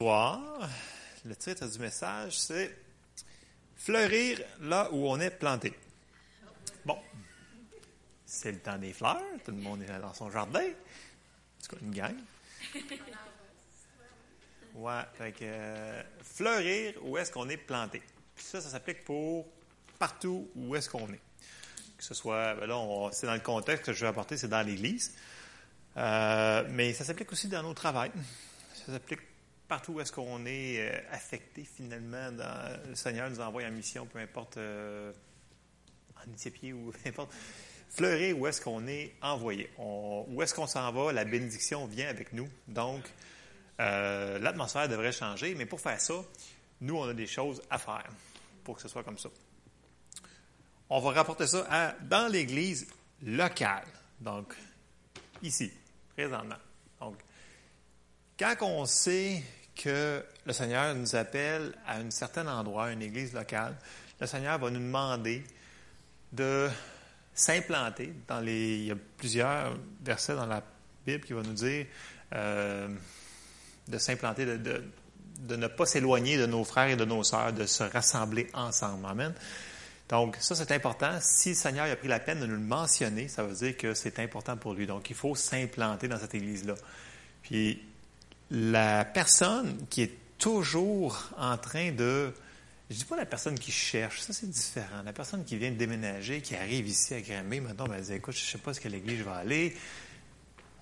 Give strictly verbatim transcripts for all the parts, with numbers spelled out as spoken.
soir, le titre du message, c'est « Fleurir là où on est planté ». Bon, c'est le temps des fleurs, tout le monde est dans son jardin, en tout cas une gang. Ouais, fait que euh, fleurir où est-ce qu'on est planté. Puis ça, ça s'applique pour partout où est-ce qu'on est. Que ce soit, ben là, on, c'est dans le contexte que je vais apporter, c'est dans l'Église. Euh, mais ça s'applique aussi dans nos travails. Ça s'applique partout où est-ce qu'on est euh, affecté finalement. Dans, le Seigneur nous envoie en mission, peu importe, euh, en Éthiopie ou peu importe. Fleurir où est-ce qu'on est envoyé. On, où est-ce qu'on s'en va, la bénédiction vient avec nous. Donc, euh, l'atmosphère devrait changer. Mais pour faire ça, nous, on a des choses à faire pour que ce soit comme ça. On va rapporter ça à, dans l'Église locale. Donc, ici, présentement. Donc, quand on sait que le Seigneur nous appelle à un certain endroit, une église locale, le Seigneur va nous demander de s'implanter dans les... Il y a plusieurs versets dans la Bible qui vont nous dire euh, de s'implanter, de, de, de ne pas s'éloigner de nos frères et de nos sœurs, de se rassembler ensemble. Amen. Donc, ça, c'est important. Si le Seigneur a pris la peine de nous le mentionner, ça veut dire que c'est important pour lui. Donc, il faut s'implanter dans cette église-là. Puis, la personne qui est toujours en train de... Je ne dis pas la personne qui cherche, ça, c'est différent. La personne qui vient de déménager, qui arrive ici à Granby, maintenant, ben, elle dit, écoute, je ne sais pas ce que l'église je vais aller. On...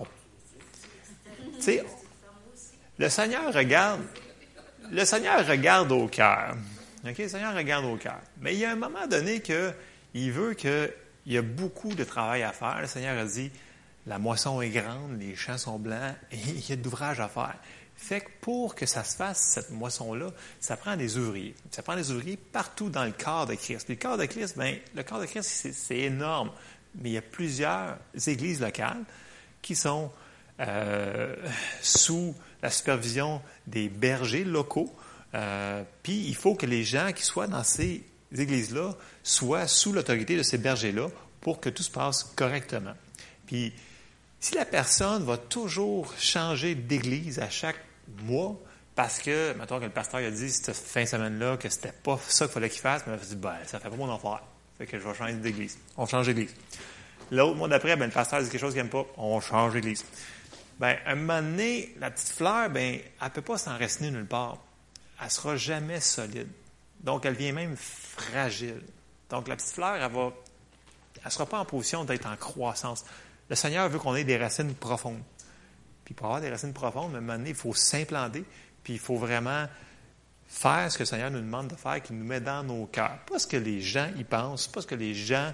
Tu sais, le Seigneur regarde... Le Seigneur regarde au cœur. OK? Le Seigneur regarde au cœur. Mais il y a un moment donné qu'il veut qu'il y a beaucoup de travail à faire. Le Seigneur a dit, la moisson est grande, les champs sont blancs, et il y a de l'ouvrage à faire. Fait que pour que ça se fasse, cette moisson-là, ça prend des ouvriers. Ça prend des ouvriers partout dans le corps de Christ. Puis le corps de Christ, bien, le corps de Christ, c'est, c'est énorme. Mais il y a plusieurs églises locales qui sont euh, sous la supervision des bergers locaux. Euh, puis il faut que les gens qui soient dans ces églises-là soient sous l'autorité de ces bergers-là pour que tout se passe correctement. Puis si la personne va toujours changer d'église à chaque mois parce que, mettons que le pasteur a dit cette fin de semaine-là que c'était pas ça qu'il fallait qu'il fasse, mais il a dit, ben, ça fait pas mon affaire. Fait que je vais changer d'église. On change d'église. L'autre mois d'après, ben, le pasteur dit quelque chose qu'il n'aime pas, on change d'église. Ben, à un moment donné, la petite fleur, ben, elle peut pas s'enraciner nulle part. Elle sera jamais solide. Donc, elle devient même fragile. Donc, la petite fleur, elle va, elle sera pas en position d'être en croissance. Le Seigneur veut qu'on ait des racines profondes. Puis pour avoir des racines profondes, à un moment donné, il faut s'implanter, puis il faut vraiment faire ce que le Seigneur nous demande de faire, qu'il nous met dans nos cœurs. Pas ce que les gens y pensent, pas ce que les gens...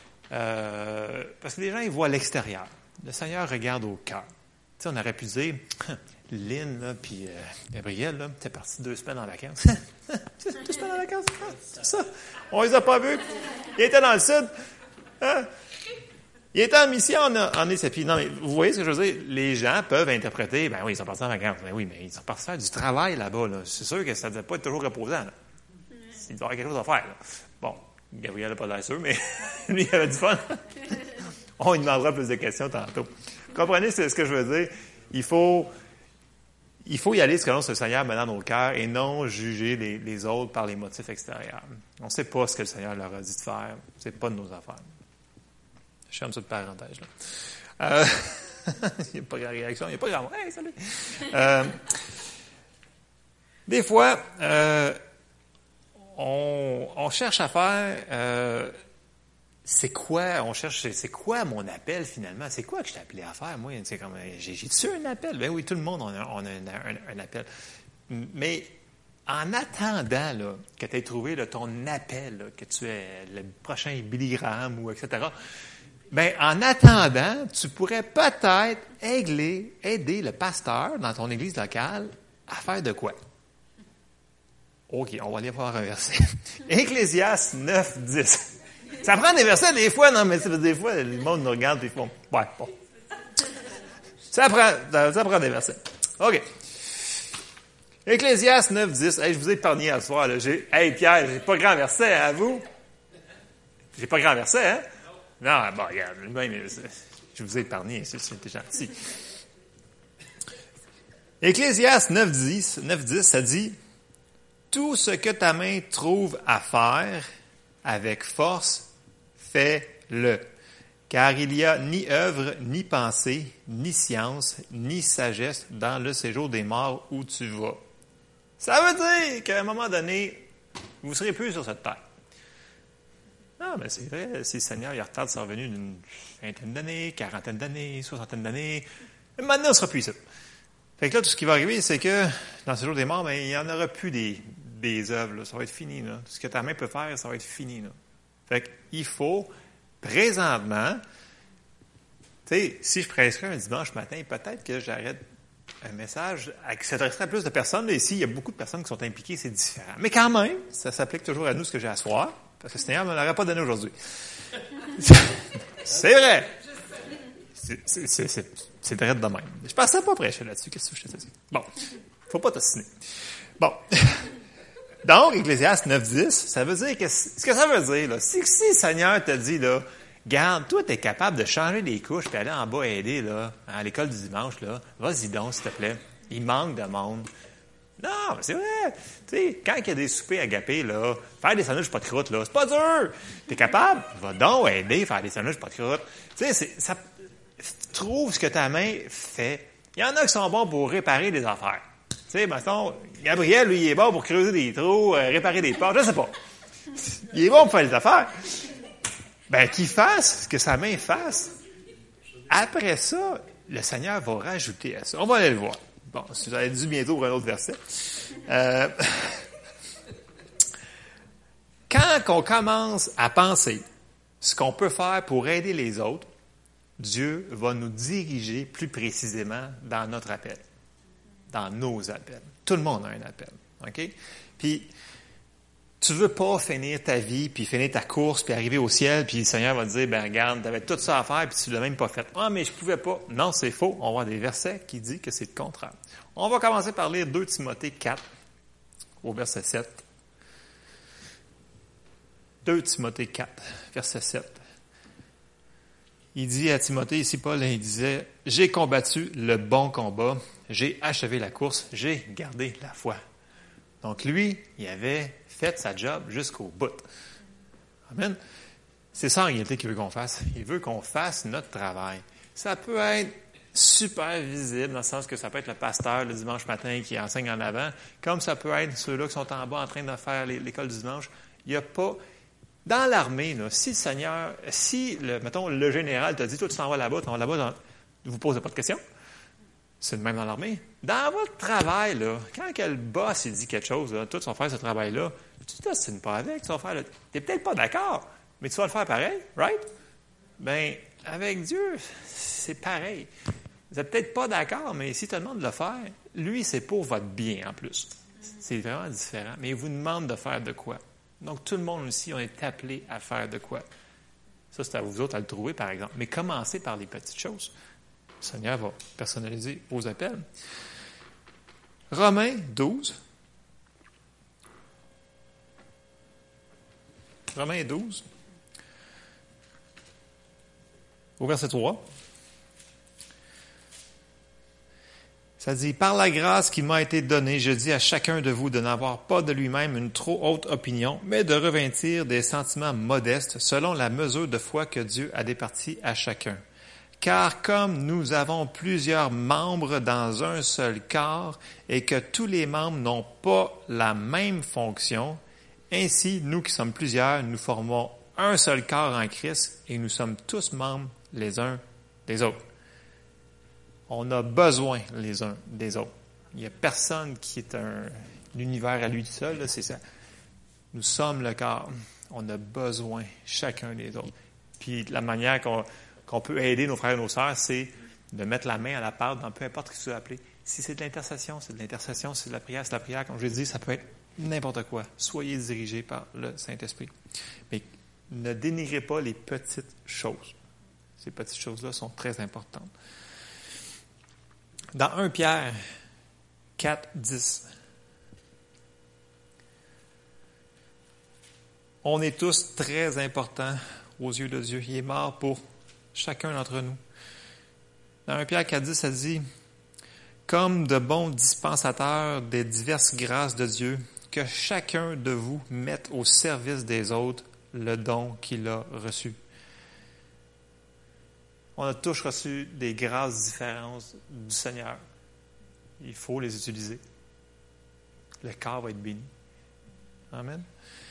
Euh, parce que les gens, ils voient l'extérieur. Le Seigneur regarde au cœur. Tu sais, on aurait pu dire, Lynn, là, puis euh, Gabriel, là, t'es parti deux semaines en vacances. deux semaines en vacances, c'est ça. On les a pas vus. Ils étaient dans le sud. Hein? Il était en mission en, en Éthiopie. Non, mais vous voyez ce que je veux dire? Les gens peuvent interpréter, ben oui, ils sont partis en vacances. Ben oui, mais ils sont partis faire du travail là-bas. Là. C'est sûr que ça ne devait pas être toujours reposant. Là. Il doit y avoir quelque chose à faire. Là. Bon, Gabriel n'a pas l'air sûr, mais lui, il avait du fun. On lui demandera plus de questions tantôt. Comprenez ce que je veux dire? Il faut, il faut y aller selon ce que le Seigneur met dans nos cœurs et non juger les, les autres par les motifs extérieurs. On ne sait pas ce que le Seigneur leur a dit de faire. Ce n'est pas de nos affaires. Je ferme cette parenthèse, là. Euh, il n'y a pas de réaction, il n'y a pas de grand. Hey, salut! Euh, des fois, euh, on, on cherche à faire, euh, c'est quoi, on cherche, c'est, c'est quoi mon appel finalement? C'est quoi que je t'ai appelé à faire? Moi, c'est comme, j'ai, j'ai-tu un appel? Ben oui, tout le monde, on a, on a un, un, un appel. Mais, en attendant là, que tu aies trouvé là, ton appel, là, que tu es le prochain Billy Graham ou et cetera, bien, en attendant, tu pourrais peut-être aider, aider le pasteur dans ton église locale à faire de quoi? OK, on va aller voir un verset. Ecclésiaste neuf, dix. Ça prend des versets des fois, non, mais des fois, le monde nous regarde et ils font, ouais, bon. Ça prend, ça, ça prend des versets. OK. Ecclésiaste neuf, dix. Hey, je vous ai épargné à ce soir, là. J'ai, hey, Pierre, j'ai pas grand verset, hein, à vous? J'ai pas grand verset, hein? Non, bon, regarde, même, je vous ai épargné, c'était gentil. Ecclésiaste neuf dix, neuf dix, ça dit « Tout ce que ta main trouve à faire, avec force, fais-le. Car il n'y a ni œuvre, ni pensée, ni science, ni sagesse dans le séjour des morts où tu vas. » Ça veut dire qu'à un moment donné, vous ne serez plus sur cette terre. Non, mais c'est vrai, si le Seigneur il retarde sa revenue d'une vingtaine d'années, quarantaine d'années, soixantaine d'années, maintenant, on ne sera plus ici. Fait que là, tout ce qui va arriver, c'est que dans ce jour des morts, mais il n'y en aura plus des, des œuvres. Là. Ça va être fini. Là. Tout ce que ta main peut faire, ça va être fini. Là. Fait qu'il faut, présentement, tu sais, si je prescris un dimanche matin, peut-être que j'arrête un message qui s'adresserait à plus de personnes. Mais ici, il y a beaucoup de personnes qui sont impliquées, c'est différent. Mais quand même, ça s'applique toujours à nous, ce que j'ai à soir, parce que le Seigneur ne me l'aurait pas donné aujourd'hui. C'est vrai. C'est, c'est, c'est, c'est, c'est direct de même. Je ne pensais pas prêcher là-dessus. Qu'est-ce que je te dis? Bon, faut pas t'assiner. Bon. Donc, Ecclésiaste neuf dix, ça veut dire que, ce que ça veut dire, là, c'est que si le Seigneur te dit, là, garde, toi, tu es capable de changer les couches puis aller en bas aider, là, à l'école du dimanche, là, vas-y donc, s'il te plaît. Il manque de monde. Non, mais c'est vrai. Tu sais, quand il y a des soupers agapés, là, faire des sandwichs pas de croûte, là, c'est pas dur. T'es capable? Va donc aider, faire des sandwichs pas de croûte. Tu sais, c'est, ça, trouve ce que ta main fait. Il y en a qui sont bons pour réparer des affaires. Tu sais, mettons, Gabriel, lui, il est bon pour creuser des trous, euh, réparer des portes, je sais pas. Il est bon pour faire des affaires. Ben, qu'il fasse ce que sa main fasse. Après ça, le Seigneur va rajouter à ça. On va aller le voir. Bon, vous avez dû bientôt pour un autre verset. Euh, quand on commence à penser ce qu'on peut faire pour aider les autres, Dieu va nous diriger plus précisément dans notre appel, dans nos appels. Tout le monde a un appel, OK? Puis, tu veux pas finir ta vie, puis finir ta course, puis arriver au ciel, puis le Seigneur va te dire, ben regarde, tu avais tout ça à faire, puis tu l'as même pas fait. Ah, mais je pouvais pas. Non, c'est faux. On va voir des versets qui disent que c'est le contraire. On va commencer par lire deux Timothée quatre, au verset sept. deux Timothée quatre, verset sept. Il dit à Timothée, ici Paul, il disait, « J'ai combattu le bon combat, j'ai achevé la course, j'ai gardé la foi. » Donc lui, il avait fait sa job jusqu'au bout. Amen. C'est ça en réalité qu'il veut qu'on fasse. Il veut qu'on fasse notre travail. Ça peut être super visible, dans le sens que ça peut être le pasteur le dimanche matin qui enseigne en avant, comme ça peut être ceux-là qui sont en bas en train de faire l'école du dimanche. Il n'y a pas... Dans l'armée, là, si le Seigneur, si, le, mettons, le général t'a dit, toi, tu t'en vas là-bas, tu t'en vas là-bas, dans... vous ne posez pas de questions. C'est le même dans l'armée. Dans votre travail, là, quand que le boss il dit quelque chose, là, toi, tu vas faire ce travail-là, tu ne t'ostines pas avec, tu vas faire le... Tu n'es peut-être pas d'accord, mais tu vas le faire pareil, right? Bien, avec Dieu, c'est pareil. Vous n'êtes peut-être pas d'accord, mais s'il te demande de le faire, lui, c'est pour votre bien en plus. C'est vraiment différent. Mais il vous demande de faire de quoi? Donc, tout le monde aussi, on est appelé à faire de quoi? Ça, c'est à vous autres à le trouver, par exemple. Mais commencez par les petites choses. Le Seigneur va personnaliser vos appels. Romains douze. Romains douze. Au verset trois. Ça dit, « Par la grâce qui m'a été donnée, je dis à chacun de vous de n'avoir pas de lui-même une trop haute opinion, mais de revêtir des sentiments modestes selon la mesure de foi que Dieu a départie à chacun. Car comme nous avons plusieurs membres dans un seul corps et que tous les membres n'ont pas la même fonction, ainsi, nous qui sommes plusieurs, nous formons un seul corps en Christ et nous sommes tous membres les uns des autres. » On a besoin les uns des autres. Il n'y a personne qui est un, un univers à lui tout seul, là, c'est ça. Nous sommes le corps. On a besoin chacun des autres. Puis la manière qu'on, qu'on peut aider nos frères et nos sœurs, c'est de mettre la main à la pâte dans peu importe ce que tu veux appeler. Si c'est de l'intercession, c'est de l'intercession. Si c'est de la prière, c'est de la prière. Comme je l'ai dit, ça peut être n'importe quoi. Soyez dirigés par le Saint-Esprit. Mais ne dénigrez pas les petites choses. Ces petites choses-là sont très importantes. Dans un Pierre quatre, dix, on est tous très importants aux yeux de Dieu. Il est mort pour chacun d'entre nous. Dans un Pierre quatre, dix, ça dit comme de bons dispensateurs des diverses grâces de Dieu, que chacun de vous mette au service des autres le don qu'il a reçu. On a tous reçu des grâces différentes du Seigneur. Il faut les utiliser. Le corps va être béni. Amen.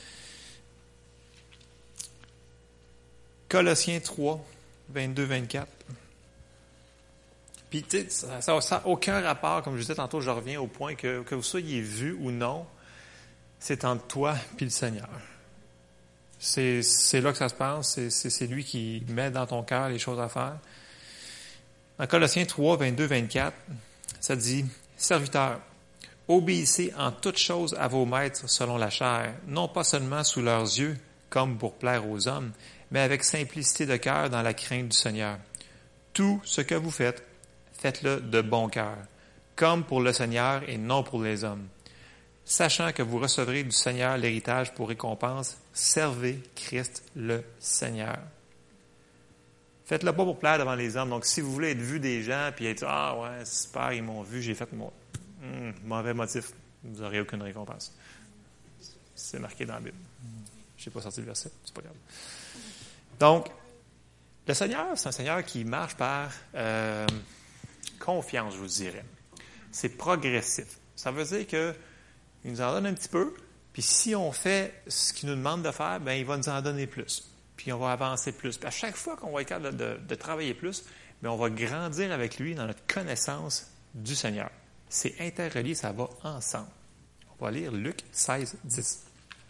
Colossiens trois, vingt-deux vingt-quatre. Puis, tu sais, ça n'a aucun rapport, comme je disais tantôt, je reviens au point que, que vous soyez vu ou non, c'est entre toi et le Seigneur. C'est, c'est là que ça se passe, c'est, c'est, c'est lui qui met dans ton cœur les choses à faire. Dans Colossiens trois, vingt-deux vingt-quatre, ça dit « Serviteurs, obéissez en toutes choses à vos maîtres selon la chair, non pas seulement sous leurs yeux, comme pour plaire aux hommes, mais avec simplicité de cœur dans la crainte du Seigneur. Tout ce que vous faites, faites-le de bon cœur, comme pour le Seigneur et non pour les hommes. Sachant que vous recevrez du Seigneur l'héritage pour récompense, servez Christ le Seigneur. » Faites-le pas pour plaire devant les hommes. Donc, si vous voulez être vu des gens, puis être « Ah ouais, super, ils m'ont vu, j'ai fait mon hum, mauvais motif », vous n'aurez aucune récompense. C'est marqué dans la Bible. Je n'ai pas sorti le verset, c'est pas grave. Donc, le Seigneur, c'est un Seigneur qui marche par euh, confiance, je vous dirais. C'est progressif. Ça veut dire que il nous en donne un petit peu, puis si on fait ce qu'il nous demande de faire, bien, il va nous en donner plus. Puis on va avancer plus. Puis à chaque fois qu'on va être capable de, de, de travailler plus, bien, on va grandir avec lui dans notre connaissance du Seigneur. C'est interrelié, ça va ensemble. On va lire Luc seize, dix.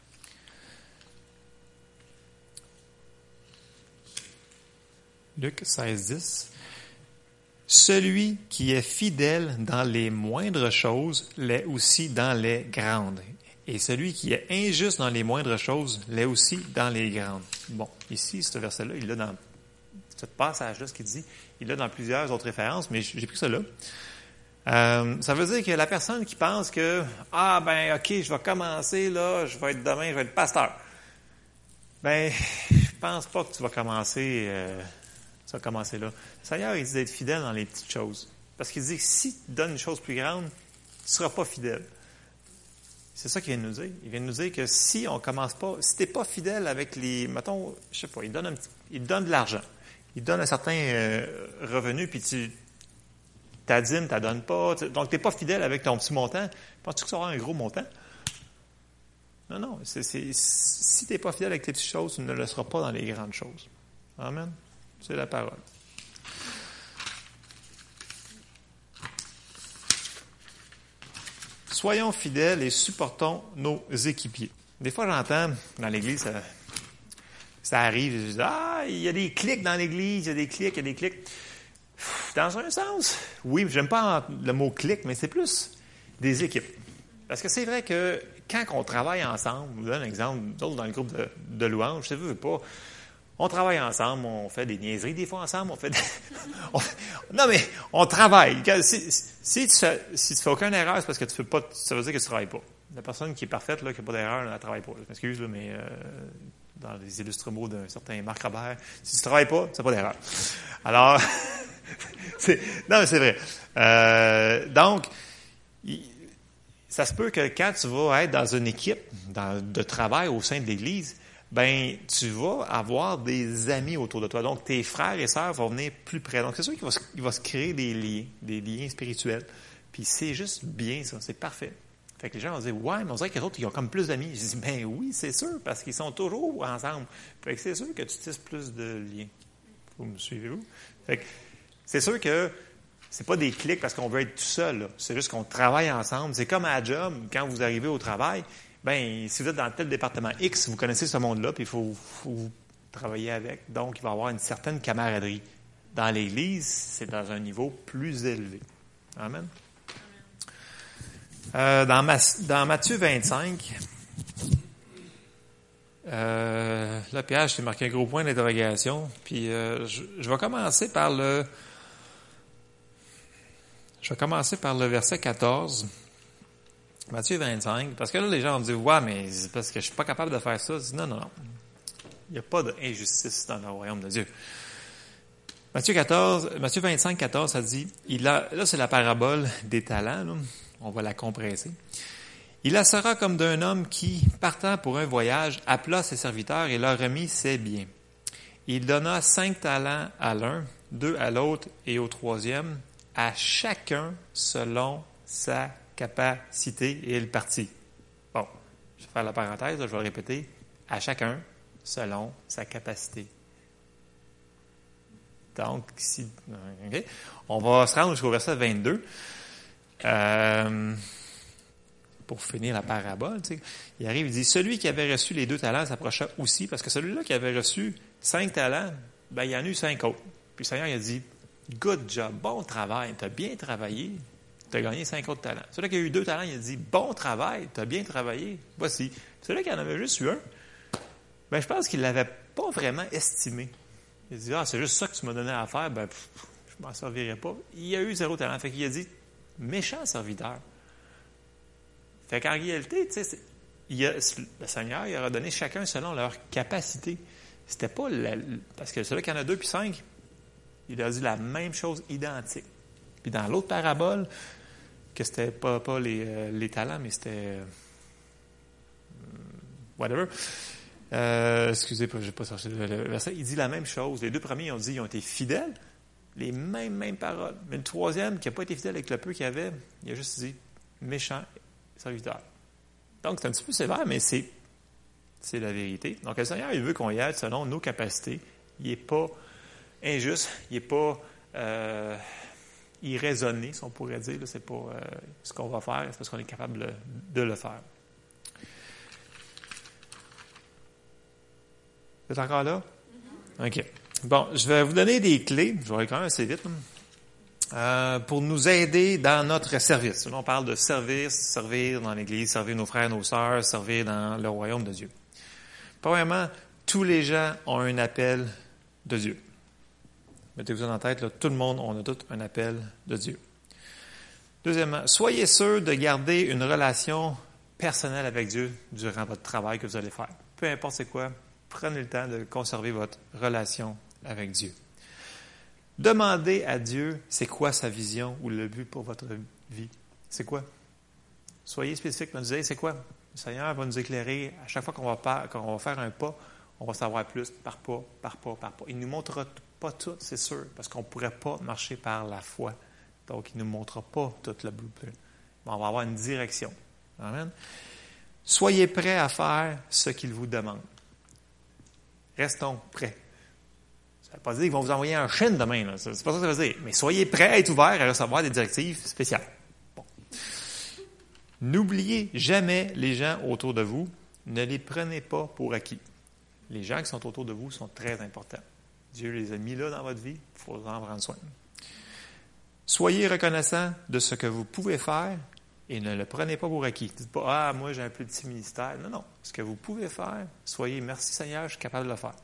Luc seize, dix. Celui qui est fidèle dans les moindres choses l'est aussi dans les grandes. Et celui qui est injuste dans les moindres choses l'est aussi dans les grandes. Bon, ici, ce verset-là, il l'a dans ce passage-là, ce qu'il dit, il l'a dans plusieurs autres références, mais j'ai pris ça là. Euh, ça veut dire que la personne qui pense que « Ah, ben, OK, je vais commencer, là, je vais être demain, je vais être pasteur. » Ben, je pense pas que tu vas commencer... Euh, Ça va commencer là. Le Seigneur, il dit d'être fidèle dans les petites choses. Parce qu'il dit que si tu donnes une chose plus grande, tu ne seras pas fidèle. C'est ça qu'il vient de nous dire. Il vient de nous dire que si on commence pas, si tu n'es pas fidèle avec les, mettons, je sais pas, il donne un petit, il donne de l'argent. Il donne un certain euh, revenu, puis tu, ta dîme, tu la donnes pas. Tu, donc, tu n'es pas fidèle avec ton petit montant. Penses-tu que ça aura un gros montant? Non, non. C'est, c'est, si tu n'es pas fidèle avec tes petites choses, tu ne le seras pas dans les grandes choses. Amen. C'est la parole. Soyons fidèles et supportons nos équipiers. Des fois, j'entends dans l'Église, ça, ça arrive, je dis, ah, il y a des clics dans l'Église, il y a des clics, il y a des clics. Dans un sens, oui, j'aime pas le mot clic, mais c'est plus des équipes. Parce que c'est vrai que quand on travaille ensemble, je vous donne un exemple, d'autres dans le groupe de, de louanges, je ne veux pas. On travaille ensemble, on fait des niaiseries des fois ensemble, on fait des... on... Non, mais on travaille. Si, si tu fais, si tu fais aucune erreur, c'est parce que tu fais pas, ça veut dire que tu ne travailles pas. La personne qui est parfaite, là, qui n'a pas d'erreur, elle ne travaille pas. Je m'excuse, là, mais euh, dans les illustres mots d'un certain Marc Robert, si tu ne travailles pas, tu n'as pas d'erreur. Alors, c'est... non, mais c'est vrai. Euh, donc, il... ça se peut que quand tu vas être dans une équipe dans, de travail au sein de l'Église, ben tu vas avoir des amis autour de toi. Donc, tes frères et sœurs vont venir plus près. Donc, c'est sûr qu'il va se, il va se créer des liens, des liens spirituels. Puis, c'est juste bien, ça. C'est parfait. Fait que les gens vont dire, ouais, mais on dirait que les autres, ils ont comme plus d'amis. Je dis, ben oui, c'est sûr, parce qu'ils sont toujours ensemble. Fait que c'est sûr que tu tisses plus de liens. Vous me suivez-vous? Fait que c'est sûr que c'est pas des clics parce qu'on veut être tout seul, là. C'est juste qu'on travaille ensemble. C'est comme à la job, quand vous arrivez au travail. Bien, si vous êtes dans tel département X, vous connaissez ce monde-là, puis il faut, faut vous travailler avec. Donc, il va y avoir une certaine camaraderie. Dans l'Église, c'est dans un niveau plus élevé. Amen. Euh, dans, Ma, dans Matthieu vingt-cinq, euh, là, Pierre, je t'ai marqué un gros point d'interrogation. Puis, euh, je, je vais commencer par le... Je vais commencer par le verset quatorze. Matthieu vingt-cinq, parce que là, les gens vont me dire, ouais, mais c'est parce que je suis pas capable de faire ça. Je dis, non, non, non. Il n'y a pas d'injustice dans le royaume de Dieu. Matthieu quatorze, Matthieu vingt-cinq, quatorze, ça dit, il a, là c'est la parabole des talents, là. On va la compresser. Il la sera comme d'un homme qui, partant pour un voyage, appela ses serviteurs et leur remit ses biens. Il donna cinq talents à l'un, deux à l'autre et au troisième, à chacun selon sa capacité, et il partit. Bon, je vais faire la parenthèse, là, je vais répéter, à chacun selon sa capacité. Donc, ici, okay. On va se rendre jusqu'au verset vingt-deux. Euh, pour finir la parabole, tu sais, il arrive, il dit, celui qui avait reçu les deux talents s'approcha aussi, parce que celui-là qui avait reçu cinq talents, ben, il y en a eu cinq autres. Puis le Seigneur, il a dit, good job, bon travail, tu as bien travaillé, tu as gagné cinq autres talents. Celui qui a eu deux talents, il a dit, bon travail, tu as bien travaillé, voici. Celui qui en avait juste eu un, ben, je pense qu'il ne l'avait pas vraiment estimé. Il a dit, ah, c'est juste ça que tu m'as donné à faire, ben, pff, je m'en servirai pas. Il a eu zéro talent. Fait qu'il a dit, méchant serviteur. Fait qu'en réalité, tu sais, il a, le Seigneur, il a donné chacun selon leur capacité. C'était pas, la, parce que celui qui en a deux puis cinq, il a dit la même chose identique. Puis dans l'autre parabole, que c'était pas, pas les, euh, les talents, mais c'était, euh, whatever, Euh, excusez, je n'ai pas cherché le, le verset. Il dit la même chose. Les deux premiers, ils ont dit, ils ont été fidèles. Les mêmes, mêmes paroles. Mais le troisième, qui n'a pas été fidèle avec le peu qu'il avait, il a juste dit, méchant serviteur. Donc, c'est un petit peu sévère, mais c'est, c'est la vérité. Donc, le Seigneur, il veut qu'on y aille selon nos capacités. Il n'est pas injuste. Il n'est pas euh, irraisonné, si on pourrait dire. Ce n'est pas euh, ce qu'on va faire, c'est parce qu'on est capable de, de le faire. Vous êtes encore là? OK. Bon, je vais vous donner des clés, je vais aller quand même assez vite, euh, pour nous aider dans notre service. Là, on parle de service, servir dans l'Église, servir nos frères, nos sœurs, servir dans le royaume de Dieu. Premièrement, tous les gens ont un appel de Dieu. Mettez-vous ça en tête, là, tout le monde, on a tous un appel de Dieu. Deuxièmement, soyez sûrs de garder une relation personnelle avec Dieu durant votre travail que vous allez faire. Peu importe c'est quoi, prenez le temps de conserver votre relation avec Dieu. Demandez à Dieu c'est quoi sa vision ou le but pour votre vie. C'est quoi? Soyez spécifique, nous dire c'est quoi? Le Seigneur va nous éclairer. À chaque fois qu'on va, par, qu'on va faire un pas, on va savoir plus par pas, par pas, par pas. Il ne nous montrera pas tout, c'est sûr, parce qu'on ne pourrait pas marcher par la foi. Donc, il ne nous montrera pas tout le blueprint. On va avoir une direction. Amen. Soyez prêts à faire ce qu'il vous demande. Restons prêts. Ça ne veut pas dire qu'ils vont vous envoyer un chêne demain. Là. C'est pas ça que ça veut dire. Mais soyez prêts à être ouverts à recevoir des directives spéciales. Bon. N'oubliez jamais les gens autour de vous. Ne les prenez pas pour acquis. Les gens qui sont autour de vous sont très importants. Dieu les a mis là dans votre vie. Il faut en prendre soin. Soyez reconnaissants de ce que vous pouvez faire et ne le prenez pas pour acquis. Dites pas, ah, moi j'ai un petit ministère. Non, non. Ce que vous pouvez faire, soyez, merci Seigneur, je suis capable de le faire.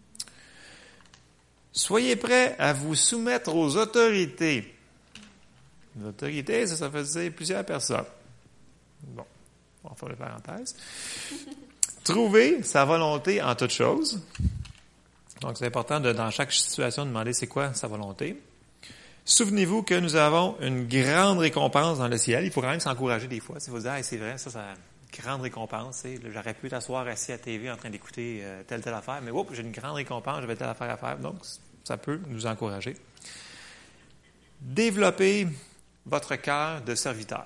Soyez prêts à vous soumettre aux autorités. Les autorités, ça, ça faisait plusieurs personnes. Bon, on va faire les parenthèses. Trouvez sa volonté en toutes choses. Donc, c'est important de, dans chaque situation, de demander c'est quoi sa volonté. Souvenez-vous que nous avons une grande récompense dans le ciel. Il faut quand même s'encourager des fois. Si vous dites, ah, c'est vrai, ça, c'est une grande récompense. J'aurais pu t'asseoir assis à la T V en train d'écouter euh, telle, telle affaire, mais oups, j'ai une grande récompense, j'avais telle affaire à faire. Donc, ça peut nous encourager. Développez votre cœur de serviteur.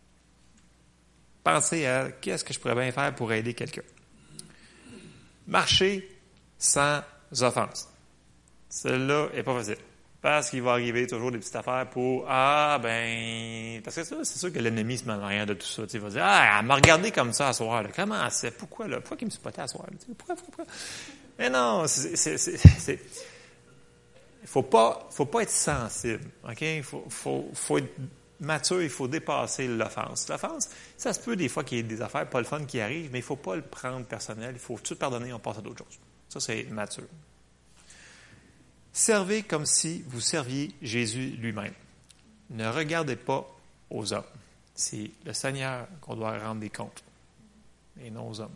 Pensez à qu'est-ce que je pourrais bien faire pour aider quelqu'un. Marchez sans offense. Celle-là n'est pas facile. Parce qu'il va arriver toujours des petites affaires pour « Ah, ben... » Parce que ça, c'est sûr que l'ennemi se met en arrière de tout ça. Il va dire « Ah, elle m'a regardé comme ça à soir. Là. Comment c'est? Pourquoi, là? Pourquoi il me spotait à soir? Pourquoi, pourquoi, pourquoi? » Mais non, c'est... c'est, c'est, c'est il faut pas, faut pas être sensible. OK? Il faut, faut, faut être mature, il faut dépasser l'offense. L'offense, ça se peut des fois qu'il y ait des affaires pas le fun qui arrivent, mais il ne faut pas le prendre personnel. Il faut tout pardonner et on passe à d'autres choses. Ça, c'est mature. Servez comme si vous serviez Jésus lui-même. Ne regardez pas aux hommes. C'est le Seigneur qu'on doit rendre des comptes, et non aux hommes.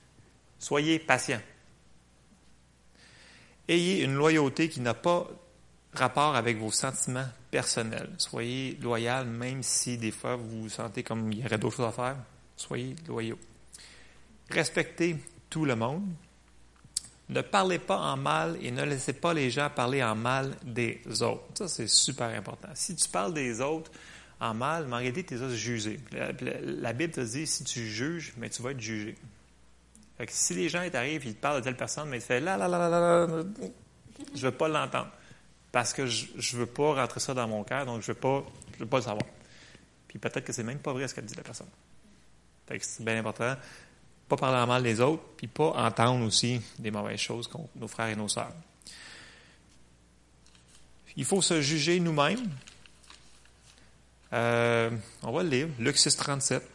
Soyez patients. Ayez une loyauté qui n'a pas rapport avec vos sentiments personnels. Soyez loyal, même si des fois vous vous sentez comme il y aurait d'autres choses à faire. Soyez loyaux. Respectez tout le monde. Ne parlez pas en mal et ne laissez pas les gens parler en mal des autres. Ça, c'est super important. Si tu parles des autres en mal, mais en réalité, tu les as jugés. La, la, la Bible te dit, si tu juges, mais tu vas être jugé. Fait que si les gens t'arrivent et ils te parlent de telle personne, mais tu fais là, là, là, là, là, là, je ne veux pas l'entendre. Parce que je ne veux pas rentrer ça dans mon cœur, donc je ne veux pas, je veux pas le savoir. Puis peut-être que c'est même pas vrai ce qu'elle dit la personne. Fait que c'est bien important. Pas parler en mal des autres, puis pas entendre aussi des mauvaises choses contre nos frères et nos sœurs. Il faut se juger nous-mêmes. Euh, on va le lire, Luc six, trente-sept.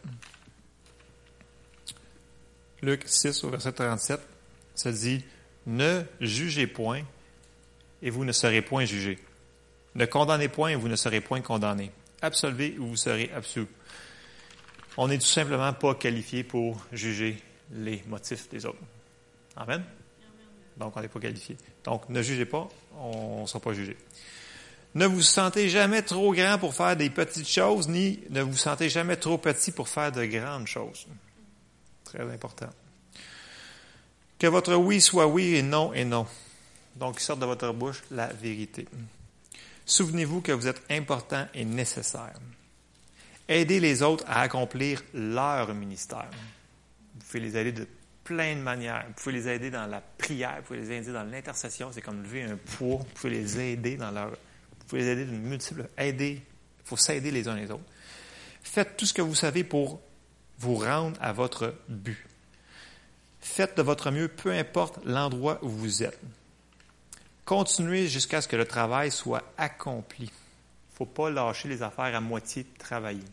Luc six, au verset trente-sept, ça dit « Ne jugez point, et vous ne serez point jugés. Ne condamnez point, et vous ne serez point condamnés. Absolvez, ou vous serez absous. » On n'est tout simplement pas qualifié pour juger les motifs des autres. Amen? Amen. Donc, on n'est pas qualifié. Donc, ne jugez pas, on ne sera pas jugé. Ne vous sentez jamais trop grand pour faire des petites choses, ni ne vous sentez jamais trop petit pour faire de grandes choses. Très important. Que votre oui soit oui et non est non. Donc, il sort de votre bouche la vérité. Souvenez-vous que vous êtes important et nécessaire. Aidez les autres à accomplir leur ministère. Vous pouvez les aider de plein de manières. Vous pouvez les aider dans la prière, vous pouvez les aider dans l'intercession. C'est comme lever un poids. Vous pouvez les aider dans leur... Vous pouvez les aider d'une multiple... Aider. Il faut s'aider les uns les autres. Faites tout ce que vous savez pour vous rendre à votre but. Faites de votre mieux, peu importe l'endroit où vous êtes. Continuez jusqu'à ce que le travail soit accompli. Il ne faut pas lâcher les affaires à moitié travailler.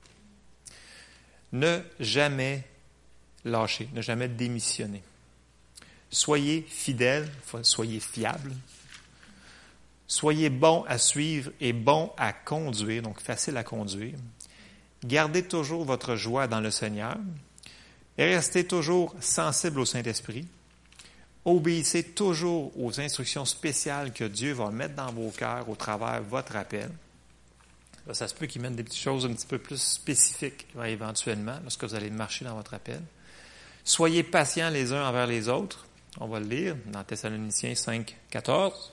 Ne jamais lâcher, ne jamais démissionner. Soyez fidèles, soyez fiables. Soyez bons à suivre et bons à conduire, donc facile à conduire. Gardez toujours votre joie dans le Seigneur. Et restez toujours sensibles au Saint-Esprit. Obéissez toujours aux instructions spéciales que Dieu va mettre dans vos cœurs au travers de votre appel. Là, ça se peut qu'il mette des petites choses un petit peu plus spécifiques là, éventuellement lorsque vous allez marcher dans votre appel. Soyez patients les uns envers les autres. On va le lire dans Thessaloniciens cinq, quatorze.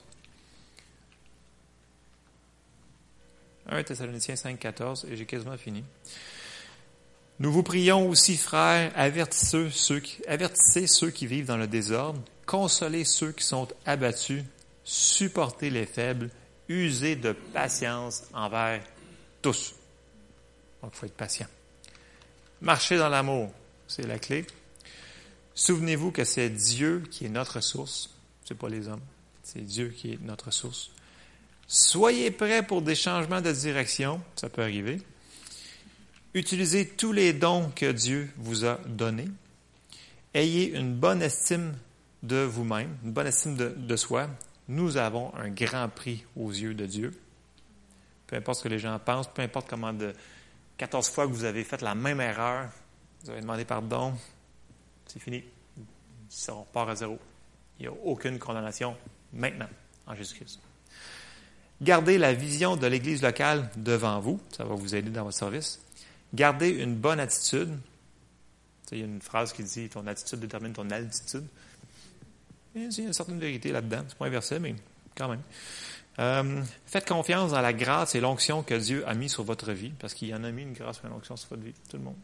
un Thessaloniciens cinq, quatorze, et j'ai quasiment fini. Nous vous prions aussi, frères, avertissez ceux qui, avertissez ceux qui vivent dans le désordre, consolez ceux qui sont abattus, supportez les faibles, usez de patience envers tous. Donc, il faut être patient. Marchez dans l'amour, c'est la clé. Souvenez-vous que c'est Dieu qui est notre source, c'est pas les hommes, c'est Dieu qui est notre source. Soyez prêts pour des changements de direction, ça peut arriver. Utilisez tous les dons que Dieu vous a donnés. Ayez une bonne estime de vous-même, une bonne estime de, de soi. Nous avons un grand prix aux yeux de Dieu. Peu importe ce que les gens pensent, peu importe comment de quatorze fois que vous avez fait la même erreur, vous avez demandé pardon, c'est fini. On repart à zéro. Il n'y a aucune condamnation maintenant en Jésus-Christ. Gardez la vision de l'Église locale devant vous. Ça va vous aider dans votre service. Gardez une bonne attitude. Il y a une phrase qui dit « Ton attitude détermine ton altitude ». Il y a une certaine vérité là-dedans. C'est pas un verset, mais quand même. Euh, faites confiance dans la grâce et l'onction que Dieu a mis sur votre vie, parce qu'il y en a mis une grâce et une onction sur votre vie, tout le monde.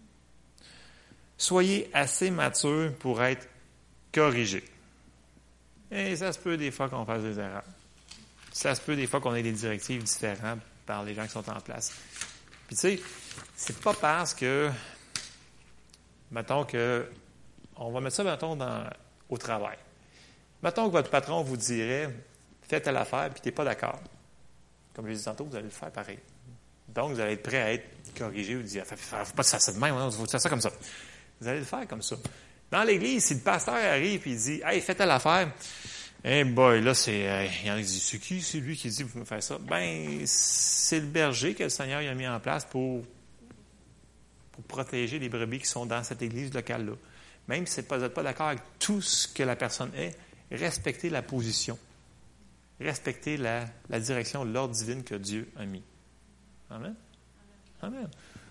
Soyez assez mature pour être corrigé. Et ça se peut des fois qu'on fasse des erreurs. Ça se peut des fois qu'on ait des directives différentes par les gens qui sont en place. Puis tu sais, c'est pas parce que, mettons que, on va mettre ça, mettons, dans, au travail. Mettons que votre patron vous dirait, faites telle affaire, puis tu n'es pas d'accord. Comme je l'ai dit tantôt, vous allez le faire pareil. Donc, vous allez être prêt à être corrigé ou dire, il ne faut pas faire ça de même, il faut faire ça comme ça. Vous allez le faire comme ça. Dans l'Église, si le pasteur arrive et il dit, hey, faites telle affaire, eh hey boy, là, c'est, euh, il y en a qui disent, c'est qui, c'est lui qui dit, vous pouvez faire ça? Ben, c'est le berger que le Seigneur a mis en place pour, pour protéger les brebis qui sont dans cette église locale-là. Même si vous n'êtes pas d'accord avec tout ce que la personne est, respectez la position. respecter la, la direction, l'ordre divine que Dieu a mis. Amen. Amen.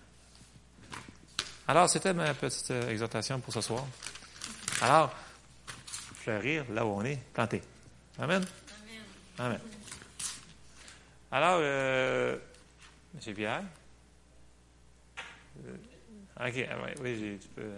Alors, c'était ma petite euh, exhortation pour ce soir. Alors, fleurir là où on est planté. Amen. Amen. Amen. Alors, euh, M. Pierre. Euh, OK, oui, j'ai, tu peux.